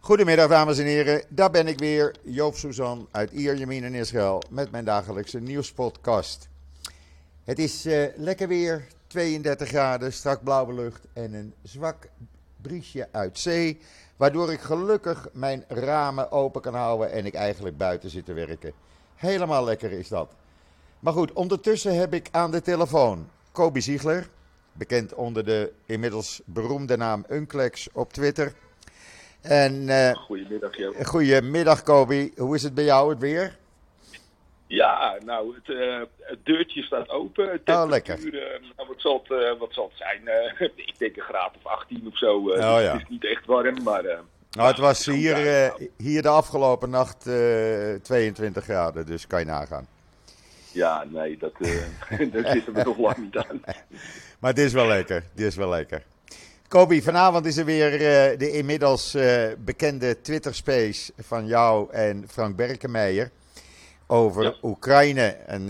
Goedemiddag dames en heren, daar ben ik weer, Joop Suzan uit Ierjemien in Israël met mijn dagelijkse nieuwspodcast. Het is lekker weer, 32 graden, strak blauwe lucht en een zwak briesje uit zee, waardoor ik gelukkig mijn ramen open kan houden en ik eigenlijk buiten zit te werken. Helemaal lekker is dat. Maar goed, ondertussen heb ik aan de telefoon Kobi Ziegler, bekend onder de inmiddels beroemde naam Unclex op Twitter. En Goedemiddag, Joop. goedemiddag Kobi, hoe is het bij jou het weer? Ja, nou, het deurtje staat open. Lekker. Nou, wat zal het zijn? Ik denk een graad of 18 of zo. Dus ja. Het is niet echt warm, maar... Nou, het was hier de afgelopen nacht 22 graden, dus kan je nagaan. Ja, nee, daar zitten we nog lang niet aan. Maar het is wel lekker. Kobi, vanavond is er weer de inmiddels bekende Twitter-space van jou en Frank Berkemeijer over Oekraïne. En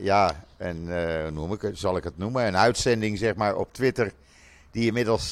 zal ik het noemen? Een uitzending zeg maar op Twitter die inmiddels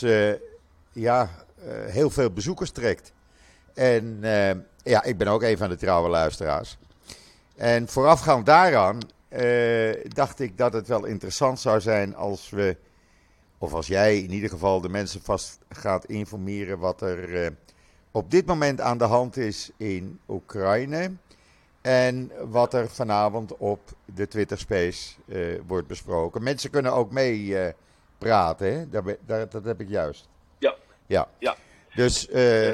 heel veel bezoekers trekt. En ik ben ook een van de trouwe luisteraars. En voorafgaand daaraan dacht ik dat het wel interessant zou zijn als we, of als jij in ieder geval de mensen vast gaat informeren wat er op dit moment aan de hand is in Oekraïne. En wat er vanavond op de Twitter Space wordt besproken. Mensen kunnen ook mee praten, hè? Dat heb ik juist. Ja. Dus,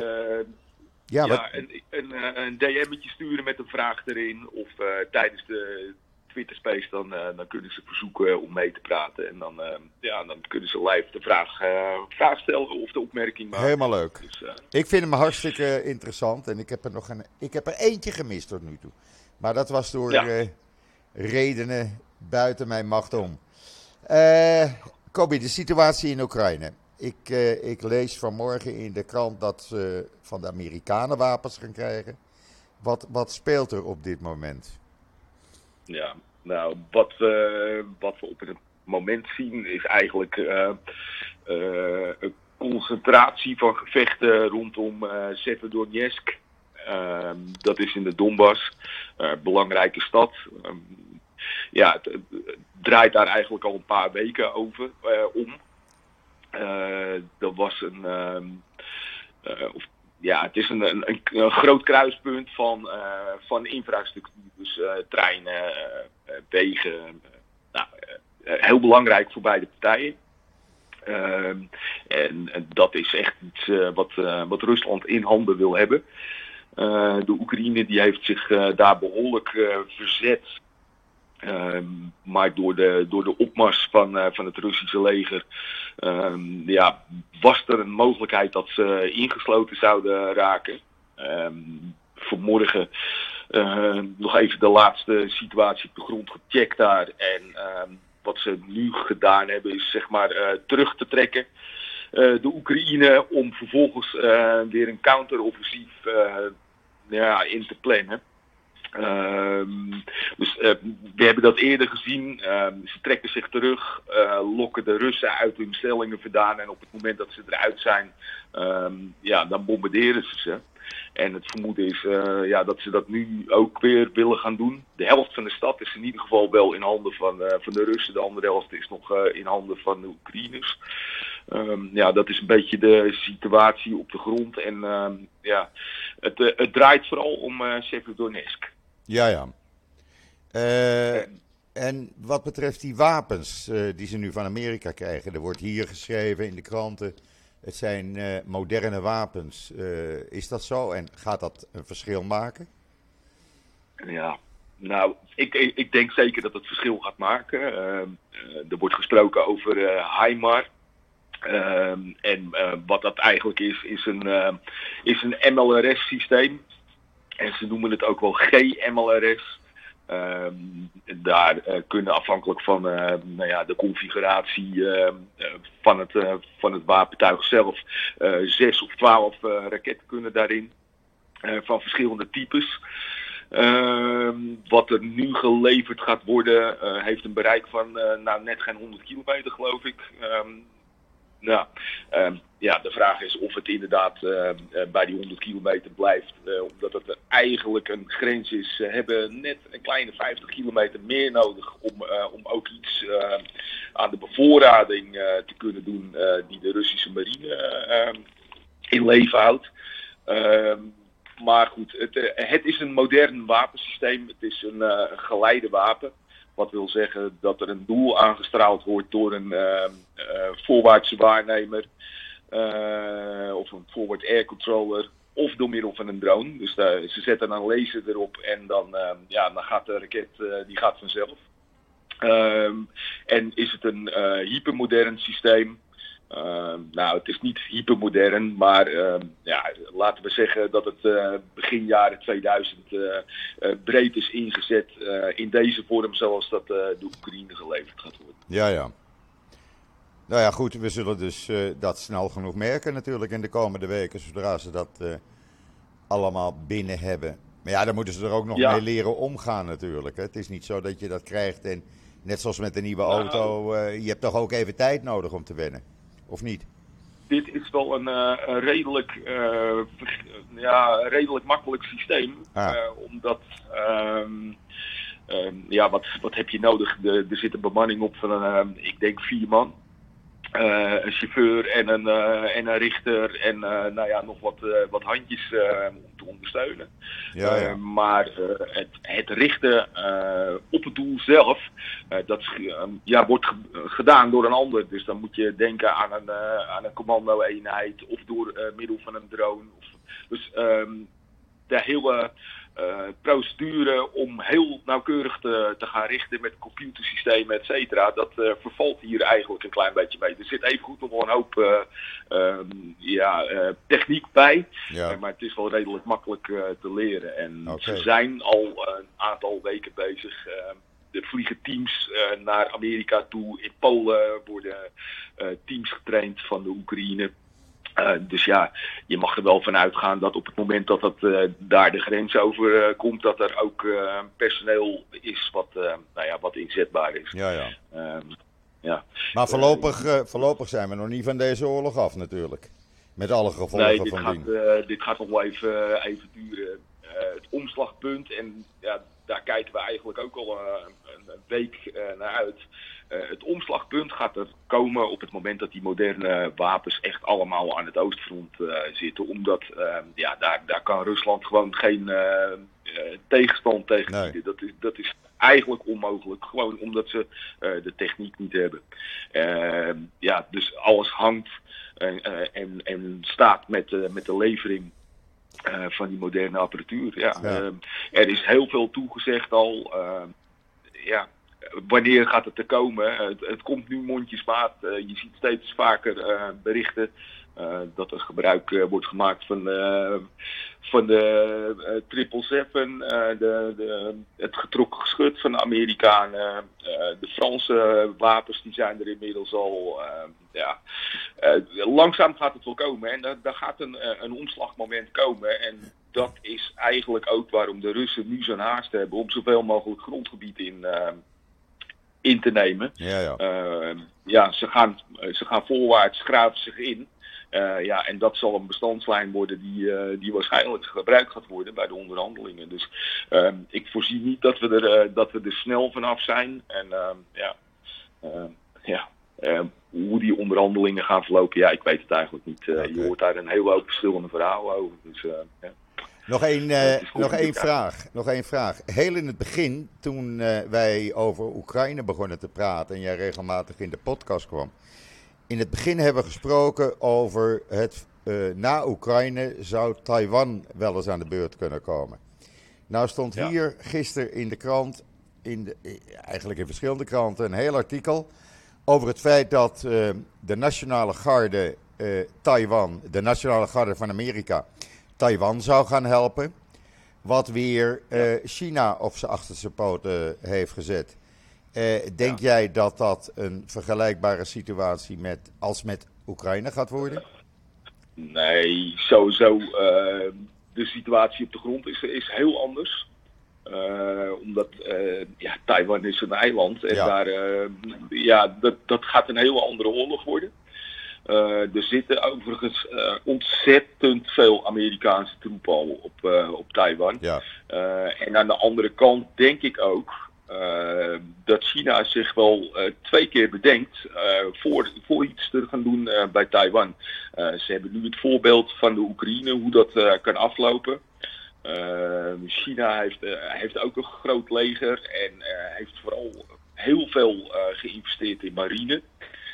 een DM'tje sturen met een vraag erin. Of tijdens de Twitter Space dan kunnen ze verzoeken om mee te praten. En dan kunnen ze live de vraag stellen of de opmerking maken. Helemaal leuk. Dus, ik vind hem hartstikke interessant. En ik heb er eentje gemist tot nu toe. Maar dat was door redenen buiten mijn macht om. Kobi, de situatie in Oekraïne. Ik lees vanmorgen in de krant dat ze van de Amerikanen wapens gaan krijgen. Wat speelt er op dit moment? Ja, nou, wat we op het moment zien is eigenlijk een concentratie van gevechten rondom Severodonetsk. Dat is in de Donbass, belangrijke stad. Het draait daar eigenlijk al een paar weken om. Dat was het is een groot kruispunt van infrastructuur. Dus treinen, wegen. Heel belangrijk voor beide partijen. En dat is echt iets wat Rusland in handen wil hebben. De Oekraïne die heeft zich daar behoorlijk verzet. Maar door de opmars van het Russische leger was er een mogelijkheid dat ze ingesloten zouden raken. Vanmorgen nog even de laatste situatie op de grond gecheckt daar. En wat ze nu gedaan hebben is zeg maar terug te trekken. De Oekraïne om vervolgens weer een counteroffensief in te plannen. We hebben dat eerder gezien. Ze trekken zich terug, lokken de Russen uit hun stellingen vandaan. En op het moment dat ze eruit zijn, dan bombarderen ze ze. En het vermoeden is dat ze dat nu ook weer willen gaan doen. De helft van de stad is in ieder geval wel in handen van de Russen. De andere helft is nog in handen van de Oekraïners. Dat is een beetje de situatie op de grond. En het draait vooral om Severodonetsk. Ja. En wat betreft die wapens die ze nu van Amerika krijgen. Er wordt hier geschreven in de kranten. Het zijn moderne wapens. Is dat zo? En gaat dat een verschil maken? Ja, nou, ik denk zeker dat het verschil gaat maken. Er wordt gesproken over HIMAR. Wat dat eigenlijk is een MLRS-systeem. En ze noemen het ook wel GMLRS. Daar kunnen afhankelijk van de configuratie van het wapentuig zelf 6 of 12 raketten kunnen daarin. Van verschillende types. Wat er nu geleverd gaat worden heeft een bereik van net geen 100 kilometer geloof ik. ja, de vraag is of het inderdaad bij die 100 kilometer blijft. Omdat het eigenlijk een grens is. Ze hebben net een kleine 50 kilometer meer nodig om ook iets aan de bevoorrading te kunnen doen die de Russische marine in leven houdt. Maar goed, het is een modern wapensysteem. Het is een geleidewapen. Wat wil zeggen dat er een doel aangestraald wordt door een voorwaartse waarnemer. Of een forward air controller. Of door middel van een drone. Dus ze zetten een laser erop en dan gaat de raket die gaat vanzelf. En is het een hypermodern systeem? Nou, het is niet hypermodern, maar laten we zeggen dat het begin jaren 2000 breed is ingezet in deze vorm zoals dat de Oekraïne geleverd gaat worden. Ja. Nou ja, goed, we zullen dus dat snel genoeg merken natuurlijk in de komende weken, zodra ze dat allemaal binnen hebben. Maar ja, dan moeten ze er ook nog mee leren omgaan natuurlijk. Hè. Het is niet zo dat je dat krijgt en net zoals met een nieuwe auto, je hebt toch ook even tijd nodig om te wennen, of niet? Dit is wel een redelijk makkelijk systeem, omdat... wat heb je nodig? Er zit een bemanning op van, ik denk 4 man. Een chauffeur en een richter en nog wat handjes om te ondersteunen. Maar het richten op het doel zelf, dat wordt gedaan door een ander. Dus dan moet je denken aan een commando-eenheid of door middel van een drone. Dus de hele... procedure om heel nauwkeurig te gaan richten met computersystemen, et cetera, dat vervalt hier eigenlijk een klein beetje mee. Er zit even goed nog wel een hoop techniek bij, maar het is wel redelijk makkelijk te leren. En ze zijn al een aantal weken bezig. Er vliegen teams naar Amerika toe. In Polen worden teams getraind van de Oekraïne. Dus ja, je mag er wel van uitgaan dat op het moment dat het daar de grens over komt, dat er ook personeel is wat inzetbaar is. Ja. Maar voorlopig zijn we nog niet van deze oorlog af natuurlijk. Met alle gevolgen van dien. Dit gaat nog wel even duren. Het omslagpunt, en daar kijken we eigenlijk ook al een week naar uit. Het omslagpunt gaat er komen op het moment dat die moderne wapens echt allemaal aan het oostfront zitten. Omdat daar kan Rusland gewoon geen tegenstand tegen bieden. Dat is eigenlijk onmogelijk. Gewoon omdat ze de techniek niet hebben. Dus alles hangt en staat met de levering van die moderne apparatuur. Er is heel veel toegezegd al. Wanneer gaat het er komen? Het komt nu mondjesmaat. Je ziet steeds vaker berichten dat er gebruik wordt gemaakt van de 777, het getrokken geschut van de Amerikanen. De Franse wapens die zijn er inmiddels al. Langzaam gaat het wel komen en daar gaat een omslagmoment komen. En dat is eigenlijk ook waarom de Russen nu zo'n haast hebben om zoveel mogelijk grondgebied in te nemen. Ze gaan voorwaarts, graven zich in. En dat zal een bestandslijn worden die waarschijnlijk gebruikt gaat worden bij de onderhandelingen. Dus ik voorzie niet dat we er snel vanaf zijn. En hoe die onderhandelingen gaan verlopen, ik weet het eigenlijk niet. Je hoort daar een hele hoop verschillende verhalen over. Dus, Nog één vraag. Heel in het begin, toen wij over Oekraïne begonnen te praten en jij regelmatig in de podcast kwam. In het begin hebben we gesproken over na Oekraïne zou Taiwan wel eens aan de beurt kunnen komen. Nou stond hier gisteren in de krant, eigenlijk in verschillende kranten, een heel artikel over het feit dat de Nationale Garde Taiwan, de Nationale Garde van Amerika, Taiwan zou gaan helpen. Wat weer China op zijn achterste poten heeft gezet. Denk jij dat dat een vergelijkbare situatie als met Oekraïne gaat worden? Nee, sowieso. De situatie op de grond is heel anders. Omdat Taiwan is een eiland. En daar, dat gaat een hele andere oorlog worden. Er zitten overigens ontzettend veel Amerikaanse troepen al op Taiwan. Ja. En aan de andere kant denk ik ook dat China zich wel 2 keer bedenkt voor iets te gaan doen bij Taiwan. Ze hebben nu het voorbeeld van de Oekraïne, hoe dat kan aflopen. China heeft ook een groot leger en heeft vooral heel veel geïnvesteerd in marine.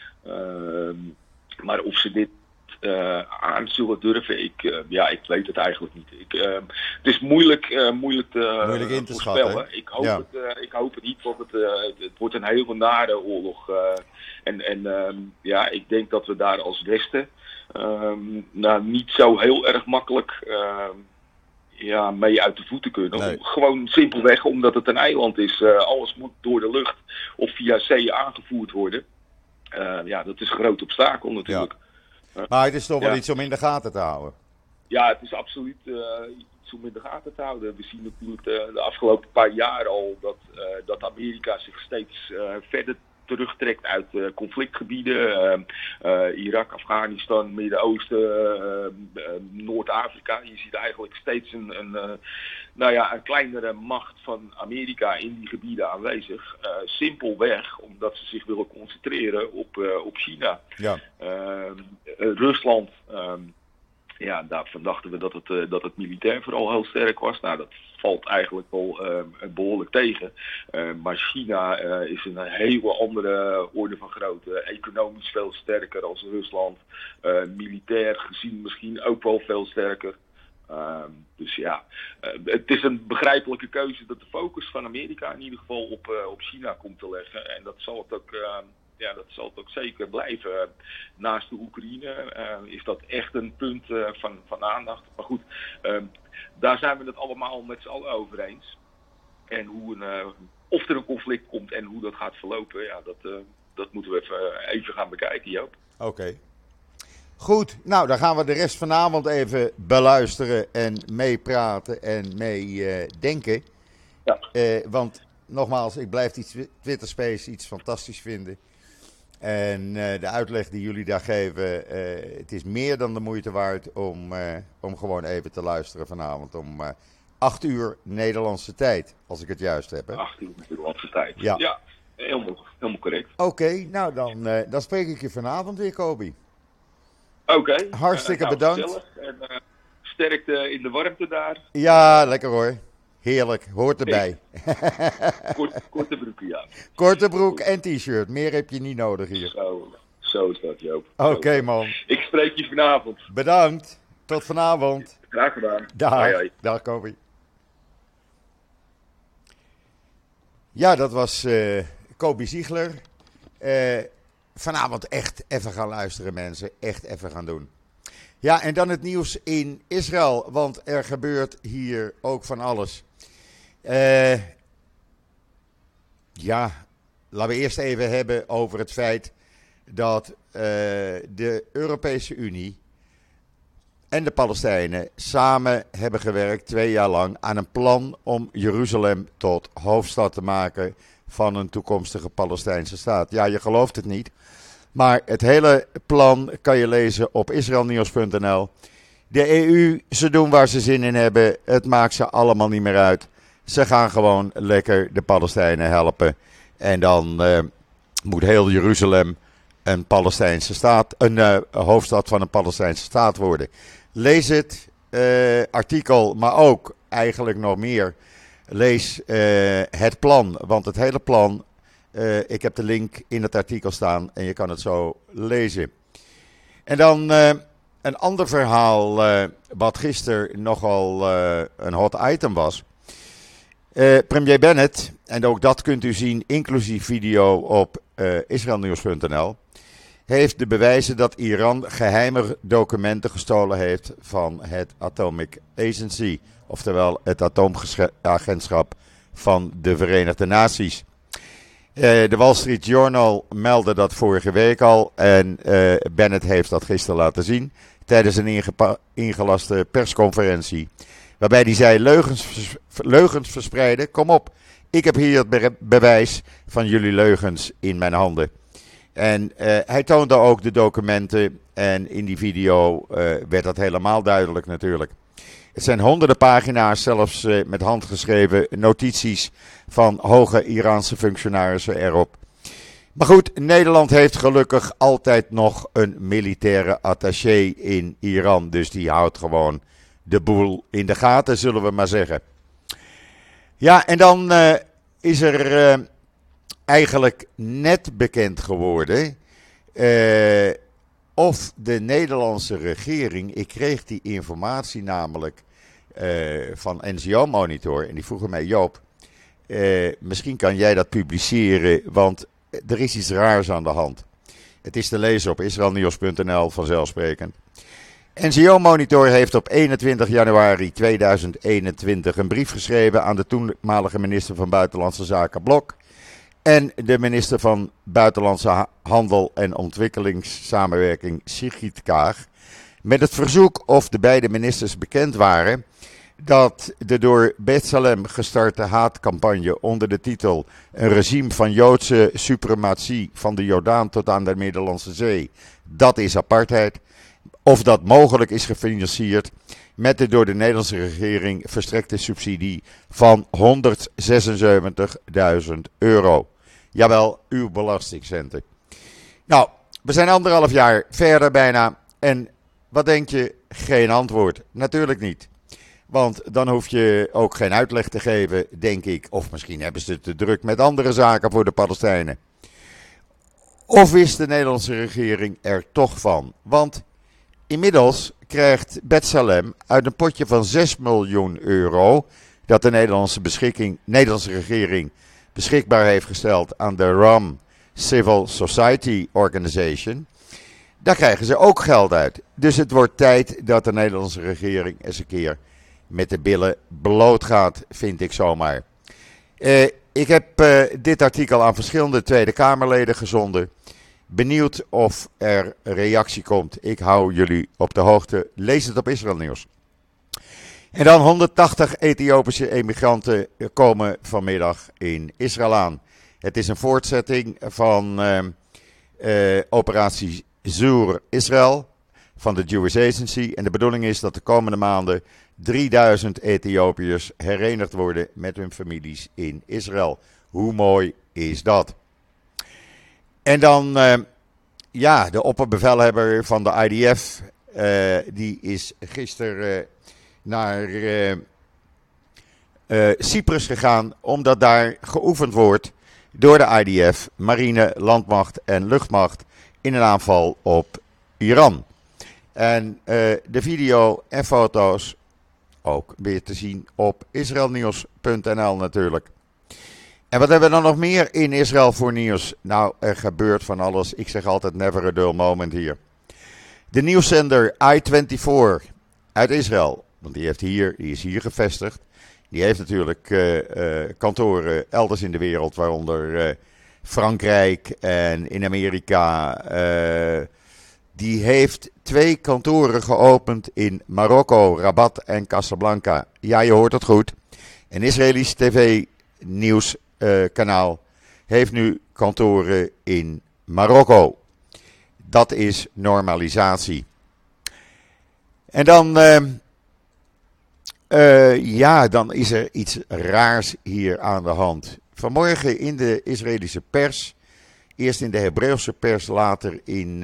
Maar of ze dit aan zullen durven, ik weet het eigenlijk niet. Het is moeilijk in te voorspellen. schatten. Ik hoop het niet, want het wordt een hele nare oorlog. Ik denk dat we daar als Westen niet zo heel erg makkelijk mee uit de voeten kunnen. Nee. Gewoon simpelweg omdat het een eiland is. Alles moet door de lucht of via zee aangevoerd worden. Dat is een groot obstakel natuurlijk. Ja. Maar het is toch wel Ja. iets om in de gaten te houden. Ja, het is absoluut iets om in de gaten te houden. We zien natuurlijk de afgelopen paar jaar al dat Amerika zich steeds verder terugtrekt uit conflictgebieden. Irak, Afghanistan, Midden-Oosten, Noord-Afrika. Je ziet eigenlijk steeds een kleinere macht van Amerika in die gebieden aanwezig. Simpelweg omdat ze zich willen concentreren op China. Ja. Rusland, daarvan dachten we dat het militair vooral heel sterk was. Nou, dat valt eigenlijk wel behoorlijk tegen. Maar China is een hele andere orde van grootte. Economisch veel sterker als Rusland. Militair gezien misschien ook wel veel sterker. Het is een begrijpelijke keuze dat de focus van Amerika in ieder geval op China komt te leggen. En dat zal het ook zeker blijven. Naast de Oekraïne is dat echt een punt van aandacht. Maar goed, daar zijn we het allemaal met z'n allen over eens. En of er een conflict komt en hoe dat gaat verlopen, dat moeten we even gaan bekijken, Joop. Oké. Goed, nou dan gaan we de rest vanavond even beluisteren en meepraten en meedenken. Ja. Want nogmaals, ik blijf die Twitter Space iets fantastisch vinden. En de uitleg die jullie daar geven, het is meer dan de moeite waard om gewoon even te luisteren vanavond om 8 uur Nederlandse tijd, als ik het juist heb. Hè? 8 uur Nederlandse tijd. Ja. Helemaal correct. Oké, nou dan spreek ik je vanavond weer, Kobi. Oké. Hartstikke bedankt. Gezellig. En sterkte in de warmte daar. Ja, lekker hoor. Heerlijk, hoort erbij. Korte broeken, ja. Korte broek en t-shirt, meer heb je niet nodig hier. Zo is dat, Joop. Oké, man. Ik spreek je vanavond. Bedankt, tot vanavond. Graag gedaan. Dag, Hoi. dag Kobi. Ja, dat was Kobi Ziegler. Vanavond echt even gaan luisteren, mensen. Echt even gaan doen. Ja, en dan het nieuws in Israël, want er gebeurt hier ook van alles. Laten we eerst even hebben over het feit dat de Europese Unie en de Palestijnen samen hebben gewerkt 2 jaar lang aan een plan om Jeruzalem tot hoofdstad te maken van een toekomstige Palestijnse staat. Ja, je gelooft het niet. Maar het hele plan kan je lezen op israelnieuws.nl. De EU, ze doen waar ze zin in hebben. Het maakt ze allemaal niet meer uit. Ze gaan gewoon lekker de Palestijnen helpen. En dan moet heel Jeruzalem een Palestijnse staat, een hoofdstad van een Palestijnse staat worden. Lees het artikel, maar ook eigenlijk nog meer. Lees het plan, want het hele plan, ik heb de link in het artikel staan en je kan het zo lezen. En dan een ander verhaal wat gisteren nogal een hot item was. Premier Bennett, en ook dat kunt u zien inclusief video op israelnieuws.nl, heeft de bewijzen dat Iran geheime documenten gestolen heeft van het Atomic Agency, oftewel het atoomagentschap van de Verenigde Naties. De Wall Street Journal meldde dat vorige week al en Bennett heeft dat gisteren laten zien tijdens een ingelaste persconferentie. Waarbij hij zei, leugens verspreiden, kom op. Ik heb hier het bewijs van jullie leugens in mijn handen. En hij toonde ook de documenten en in die video werd dat helemaal duidelijk natuurlijk. Het zijn honderden pagina's, zelfs met handgeschreven notities van hoge Iraanse functionarissen erop. Maar goed, Nederland heeft gelukkig altijd nog een militaire attaché in Iran. Dus die houdt gewoon de boel in de gaten, zullen we maar zeggen. Ja, en dan is er eigenlijk net bekend geworden of de Nederlandse regering, ik kreeg die informatie namelijk van NGO Monitor en die vroegen mij: Joop, misschien kan jij dat publiceren, want er is iets raars aan de hand. Het is te lezen op israelnieuws.nl vanzelfsprekend. NGO Monitor heeft op 21 januari 2021 een brief geschreven aan de toenmalige minister van Buitenlandse Zaken Blok en de minister van Buitenlandse Handel en Ontwikkelingssamenwerking Sigrid Kaag, met het verzoek of de beide ministers bekend waren dat de door B'Tselem gestarte haatcampagne onder de titel "Een regime van Joodse suprematie van de Jordaan tot aan de Middellandse Zee, dat is apartheid", of dat mogelijk is gefinancierd met de door de Nederlandse regering verstrekte subsidie van €176.000. Jawel, uw belastingcenten. Nou, we zijn 1,5 jaar verder bijna en wat denk je? Geen antwoord. Natuurlijk niet. Want dan hoef je ook geen uitleg te geven, denk ik. Of misschien hebben ze het te druk met andere zaken voor de Palestijnen. Of wist de Nederlandse regering er toch van? Want inmiddels krijgt B'Tselem uit een potje van €6 miljoen dat de Nederlandse regering beschikbaar heeft gesteld aan de RAM Civil Society Organization. Daar krijgen ze ook geld uit. Dus het wordt tijd dat de Nederlandse regering eens een keer met de billen bloot gaat, vind ik zomaar. Ik heb dit artikel aan verschillende Tweede Kamerleden gezonden. Benieuwd of er reactie komt. Ik hou jullie op de hoogte. Lees het op Israël Nieuws. En dan 180 Ethiopische emigranten komen vanmiddag in Israël aan. Het is een voortzetting van operatie Zoer Israël van de Jewish Agency. En de bedoeling is dat de komende maanden 3000 Ethiopiërs herenigd worden met hun families in Israël. Hoe mooi is dat? En dan, de opperbevelhebber van de IDF, die is gisteren naar Cyprus gegaan, omdat daar geoefend wordt door de IDF, marine, landmacht en luchtmacht in een aanval op Iran. En de video en foto's ook weer te zien op israelnieuws.nl natuurlijk. En wat hebben we dan nog meer in Israël voor nieuws? Nou, er gebeurt van alles. Ik zeg altijd never a dull moment hier. De nieuwszender I24 uit Israël, want die is hier gevestigd. Die heeft natuurlijk kantoren elders in de wereld, waaronder Frankrijk en in Amerika. Die heeft 2 kantoren geopend in Marokko, Rabat en Casablanca. Ja, je hoort het goed. Een Israëlisch tv-nieuwskanaal heeft nu kantoren in Marokko. Dat is normalisatie. En dan, dan is er iets raars hier aan de hand. Vanmorgen in de Israëlische pers, eerst in de Hebreeuwse pers, later in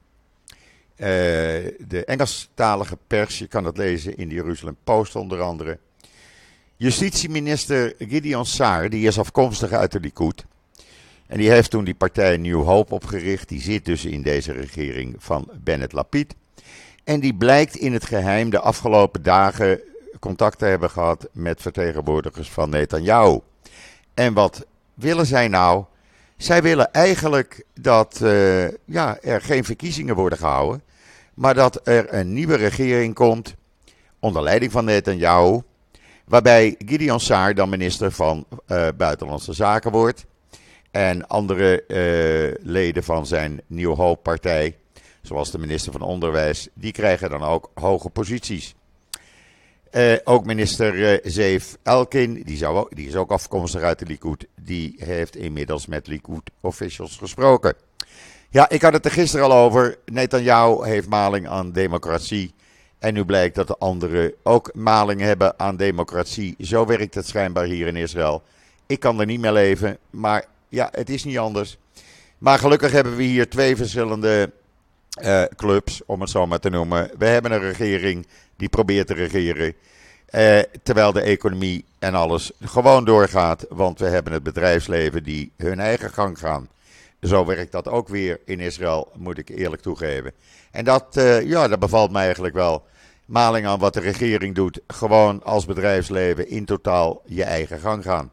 de Engelstalige pers, je kan het lezen in de Jeruzalem Post onder andere. Justitieminister Gideon Saar, die is afkomstig uit de Likud. En die heeft toen die partij New Hope opgericht. Die zit dus in deze regering van Bennett Lapid. En die blijkt in het geheim de afgelopen dagen contact te hebben gehad met vertegenwoordigers van Netanyahu. En wat willen zij nou? Zij willen eigenlijk dat er geen verkiezingen worden gehouden. Maar dat er een nieuwe regering komt onder leiding van Netanyahu. Waarbij Gideon Saar dan minister van Buitenlandse Zaken wordt. En andere leden van zijn New Hope partij, zoals de minister van Onderwijs, die krijgen dan ook hoge posities. Ook minister Zeev Elkin, die is ook afkomstig uit de Likud, die heeft inmiddels met Likud officials gesproken. Ja, ik had het er gisteren al over. Netanyahu heeft maling aan democratie. En nu blijkt dat de anderen ook maling hebben aan democratie. Zo werkt het schijnbaar hier in Israël. Ik kan er niet mee leven, maar ja, het is niet anders. Maar gelukkig hebben we hier twee verschillende clubs, om het zo maar te noemen. We hebben een regering die probeert te regeren. Terwijl de economie en alles gewoon doorgaat. Want we hebben het bedrijfsleven die hun eigen gang gaan. Zo werkt dat ook weer in Israël, moet ik eerlijk toegeven. En dat bevalt mij eigenlijk wel. Maling aan wat de regering doet. Gewoon als bedrijfsleven in totaal je eigen gang gaan.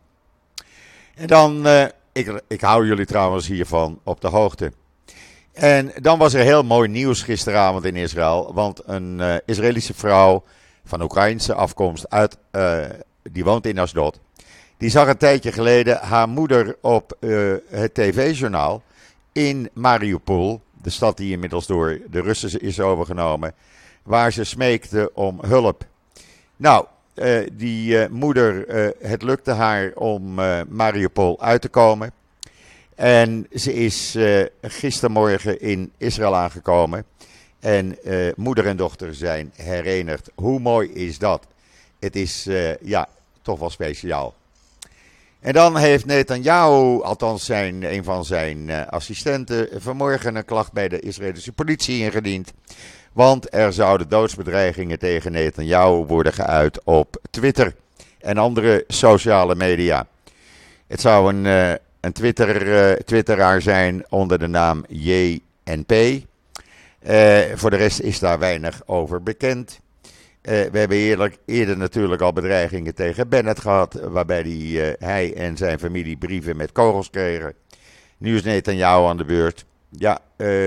En dan, ik hou jullie trouwens hiervan op de hoogte. En dan was er heel mooi nieuws gisteravond in Israël. Want een Israëlische vrouw van Oekraïnse afkomst, die woont in Asdod. Die zag een tijdje geleden haar moeder op het tv-journaal in Mariupol. De stad die inmiddels door de Russen is overgenomen. Waar ze smeekte om hulp. Nou, die moeder, het lukte haar om Mariupol uit te komen. En ze is gistermorgen in Israël aangekomen. En moeder en dochter zijn herenigd. Hoe mooi is dat? Het is toch wel speciaal. En dan heeft Netanyahu, althans een van zijn assistenten, vanmorgen een klacht bij de Israëlische politie ingediend. Want er zouden doodsbedreigingen tegen Netanyahu worden geuit op Twitter en andere sociale media. Het zou een twitteraar zijn onder de naam JNP. Voor de rest is daar weinig over bekend. We hebben eerder natuurlijk al bedreigingen tegen Bennett gehad, waarbij hij en zijn familie brieven met kogels kregen. Nu is Netanyahu aan de beurt. Ja,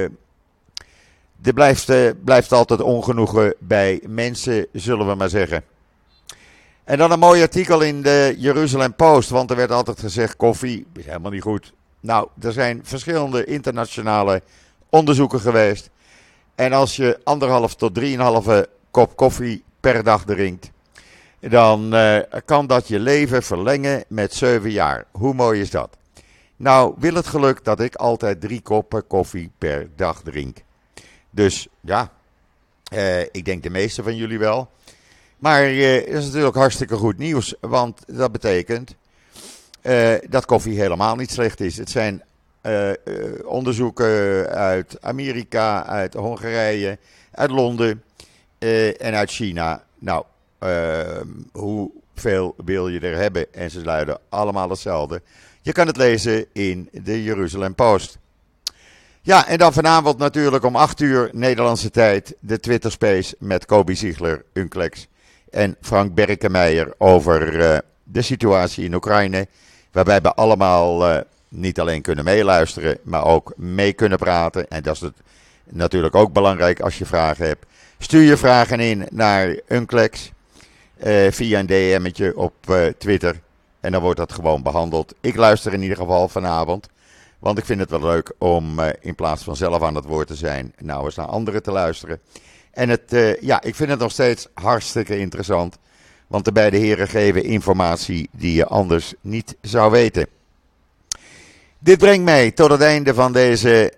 er blijft altijd ongenoegen bij mensen, zullen we maar zeggen. En dan een mooi artikel in de Jeruzalem Post, want er werd altijd gezegd koffie is helemaal niet goed. Nou, er zijn verschillende internationale onderzoeken geweest. En als je 1,5 tot 3,5 kop koffie per dag drinkt, dan kan dat je leven verlengen met 7 jaar. Hoe mooi is dat? Nou, wil het geluk dat ik altijd 3 koppen koffie per dag drink. Dus ja, ik denk de meeste van jullie wel. Maar het is natuurlijk hartstikke goed nieuws, want dat betekent dat koffie helemaal niet slecht is. Het zijn onderzoeken uit Amerika, uit Hongarije, uit Londen en uit China. Nou, hoeveel wil je er hebben? En ze luiden allemaal hetzelfde. Je kan het lezen in de Jeruzalem Post. Ja, en dan vanavond natuurlijk om 8 uur Nederlandse tijd de Twitter Space met Kobi Ziegler, Unclex en Frank Berkemeijer over de situatie in Oekraïne. Waarbij we allemaal niet alleen kunnen meeluisteren, maar ook mee kunnen praten. En dat is natuurlijk ook belangrijk als je vragen hebt. Stuur je vragen in naar Unclex via een DM'tje op Twitter. En dan wordt dat gewoon behandeld. Ik luister in ieder geval vanavond. Want ik vind het wel leuk om in plaats van zelf aan het woord te zijn, nou eens naar anderen te luisteren. En ik vind het nog steeds hartstikke interessant. Want de beide heren geven informatie die je anders niet zou weten. Dit brengt mij tot het einde van deze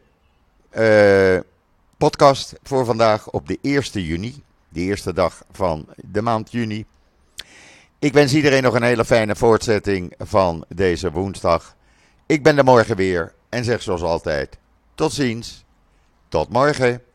podcast voor vandaag op de 1 juni. De eerste dag van de maand juni. Ik wens iedereen nog een hele fijne voortzetting van deze woensdag. Ik ben er morgen weer en zeg zoals altijd, tot ziens, tot morgen.